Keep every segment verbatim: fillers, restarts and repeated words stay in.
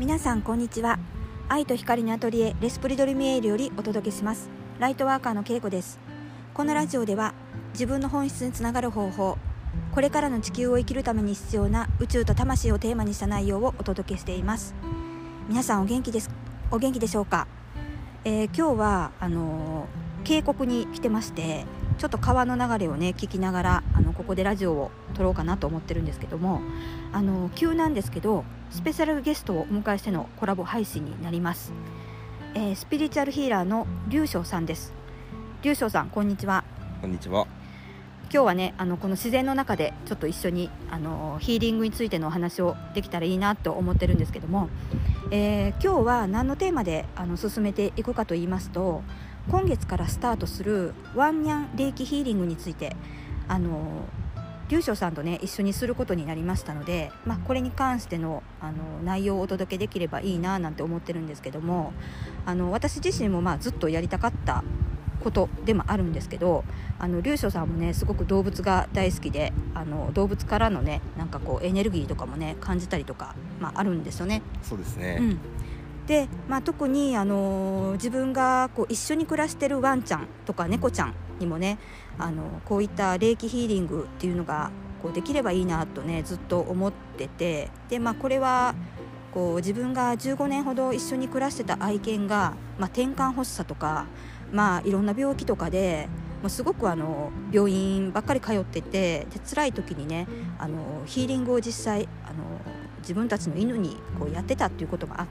皆さんこんにちは。愛と光のアトリエレスプリドルミエールよりお届けします。ライトワーカーのけいこです。このラジオでは自分の本質につながる方法、これからの地球を生きるために必要な宇宙と魂をテーマにした内容をお届けしています。皆さんお元気ですお元気でしょうか。えー、今日はあのー、渓谷に来てまして、ちょっと川の流れをね聞きながらあのここでラジオを撮ろうかなと思ってるんですけども、あの急なんですけどスペシャルゲストをお迎えしてのコラボ配信になります。えー、スピリチュアルヒーラーの龍翔さんです。龍翔さんこんにちは。 こんにちは。 今日はねあのこの自然の中でちょっと一緒にあのヒーリングについてのお話をできたらいいなと思ってるんですけども、えー、今日は何のテーマであの進めていくかと言いますと、今月からスタートするワンニャン霊気ヒーリングについてあの龍翔さんとね一緒にすることになりましたので、まあ、これに関しての、あの内容をお届けできればいいななんて思ってるんですけども、あの私自身もまあずっとやりたかったことでもあるんですけど、あの龍翔さんもねすごく動物が大好きで、あの動物からのねなんかこうエネルギーとかもね感じたりとか、まあ、あるんですよね。 そうですね、 うんでまあ、特に、あのー、自分がこう一緒に暮らしてるワンちゃんとか猫ちゃんにもね、あのこういった霊気ヒーリングっていうのがこうできればいいなとねずっと思ってて、で、まあ、これはこう自分がじゅうごねんほど一緒に暮らしてた愛犬が、まあ、転換発作とか、まあ、いろんな病気とかでもうすごくあの病院ばっかり通ってて、で辛い時にねあのヒーリングを実際あの自分たちの犬にこうやってたっていうことがあって、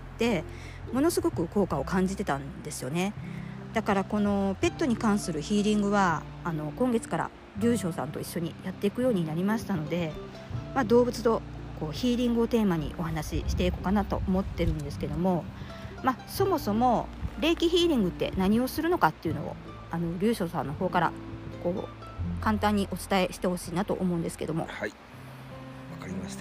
ものすごく効果を感じてたんですよね。だからこのペットに関するヒーリングはあの今月から龍翔さんと一緒にやっていくようになりましたので、まあ、動物とこうヒーリングをテーマにお話ししていこうかなと思ってるんですけども、まあ、そもそも霊気ヒーリングって何をするのかっていうのをあの龍翔さんの方からこう簡単にお伝えしてほしいなと思うんですけども。 はい、わかりました。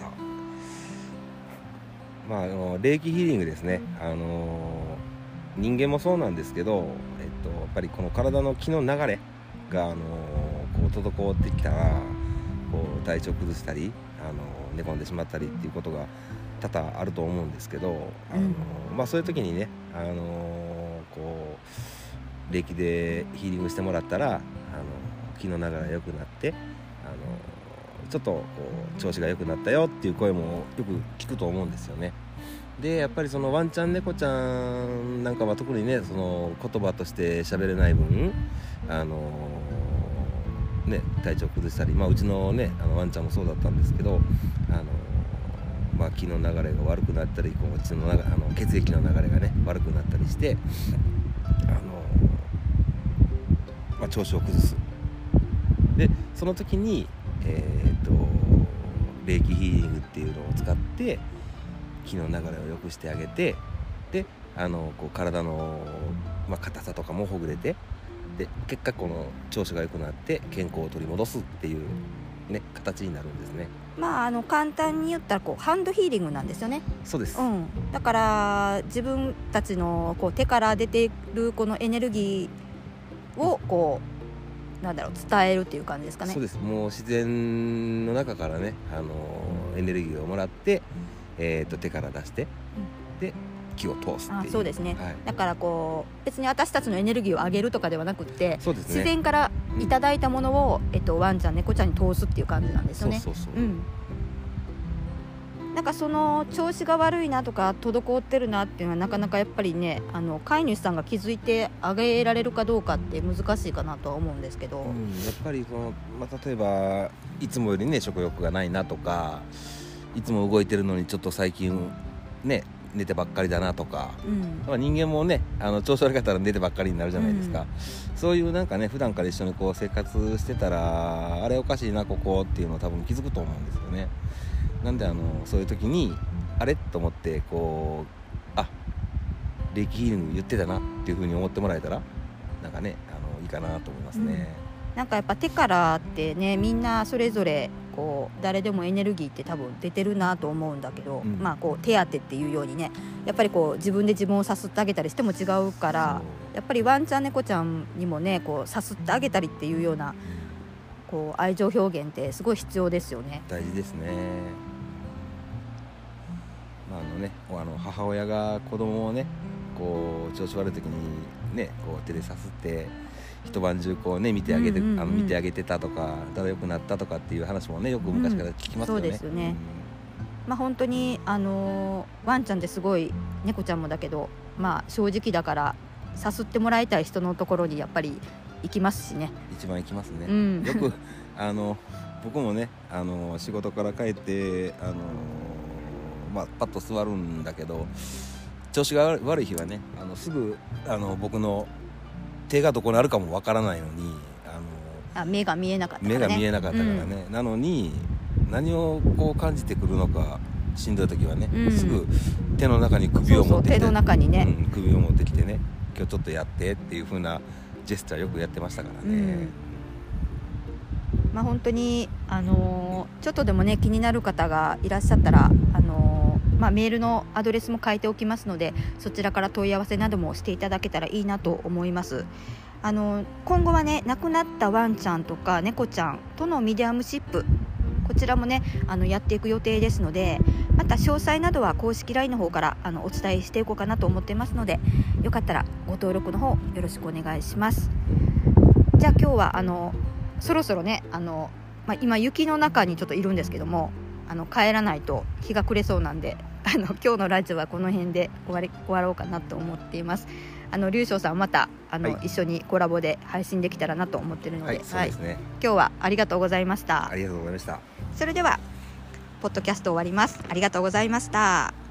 まあ、あの霊気ヒーリングですね、あの人間もそうなんですけど、えっと、やっぱりこの体の気の流れが、あのこう滞ってきたらこう体調崩したり、あの寝込んでしまったりっていうことが多々あると思うんですけど、あの、うんまあ、そういう時にね、あのこう霊気でヒーリングしてもらったら、あの気の流れが良くなって、あのちょっとこう調子が良くなったよっていう声もよく聞くと思うんですよね。でやっぱりそのワンちゃん猫ちゃんなんかは特にね、その言葉として喋れない分、あのね、体調崩したり、まあ、うちのねあのワンちゃんもそうだったんですけど、あのまあ、気の流れが悪くなったり、こう血の流れあの血液の流れがね悪くなったりして、あの、まあ、調子を崩す。でその時にえー、と霊気ヒーリングっていうのを使って気の流れを良くしてあげて、であのこう体の、まあ、硬さとかもほぐれて、で結果この調子が良くなって健康を取り戻すっていう、ね、形になるんですね。 まあ、あの簡単に言ったらこうハンドヒーリングなんですよね。 そうです、 うん、だから自分たちのこう手から出ているこのエネルギーをこうなんだろう伝えるっていう感じですかね。 そうです。もう自然の中からね、あのー、エネルギーをもらって、えー、と手から出して、うん、で気を通すっていう。 あ、そうですね、 はい、 だからこう別に私たちのエネルギーを上げるとかではなくって、 そうですね、 自然からいただいたものを、えっと、ワンちゃん猫ちゃんに通すっていう感じなんですよね。 そうそうそう、 うんなんかその調子が悪いなとか滞ってるなっていうのはなかなかやっぱりね、あの飼い主さんが気づいてあげられるかどうかって難しいかなとは思うんですけど、 うん、やっぱりその、まあ、例えばいつもよりね食欲がないなとか、いつも動いてるのにちょっと最近ね寝てばっかりだなとか、うんまあ、人間もねあの調子悪かったら寝てばっかりになるじゃないですか、うん、そういうなんかね普段から一緒にこう生活してたらあれおかしいなここっていうのを多分気づくと思うんですよね。なんであのそういう時にあれと思ってこうあ霊気ヒーリング言ってたなっていう風に思ってもらえたらなんかねあのいいかなと思いますね、 うん、なんかやっぱ手からってねみんなそれぞれこう誰でもエネルギーって多分出てるなと思うんだけど、うん、まあこう手当てっていうようにねやっぱりこう自分で自分をさすってあげたりしても違うから、やっぱりワンちゃん猫ちゃんにもねこうさすってあげたりっていうようなこう愛情表現ってすごい必要ですよね。 大事ですね。まああのね、あの母親が子供をねこう調子悪い時にねこう手でさすって一晩中こうね見てあげて、 うんうんうん、 あの見てあげてたとかだらよくなったとかっていう話もねよく昔から聞きますよね、 うん、そうですよね、うん、まあ本当にあのワンちゃんってすごい猫ちゃんもだけど、まあ正直だからさすってもらいたい人のところにやっぱり行きますしね。 一番行きますね、 うん、 よくあの僕もねあの仕事から帰ってあの、まあ、パッと座るんだけど調子が悪い日はねあのすぐあの僕の手がどこにあるかもわからないのにあのあ目が見えなかったからね目が見えなかったからね、うん、なのに何をこう感じてくるのかしんどい時はね、うん、すぐ手の中に首を持ってきて、 そうそう手の中にね、 うん、首を持ってきてね今日ちょっとやってっていう風なジェスチャーよくやってましたからね、うんまあ、本当に、あのー、ちょっとでもね気になる方がいらっしゃったら、あのーまあ、メールのアドレスも書いておきますのでそちらから問い合わせなどもしていただけたらいいなと思います。あのー、今後はね亡くなったワンちゃんとか猫ちゃんとのミディアムシップこちらもねあのやっていく予定ですのでまた詳細などは公式 ライン の方からあのお伝えしていこうかなと思っていますのでよかったらご登録の方よろしくお願いします。じゃあ今日はあのそろそろねあの、まあ、今雪の中にちょっといるんですけどもあの帰らないと日が暮れそうなんであの今日のラジオはこの辺で終わり終わろうかなと思っています。あの龍翔さんまたあの、はい、一緒にコラボで配信できたらなと思っているので、 はいそうですねはい、 今日はありがとうございました。 ありがとうございました。 それではポッドキャスト終わります。ありがとうございました。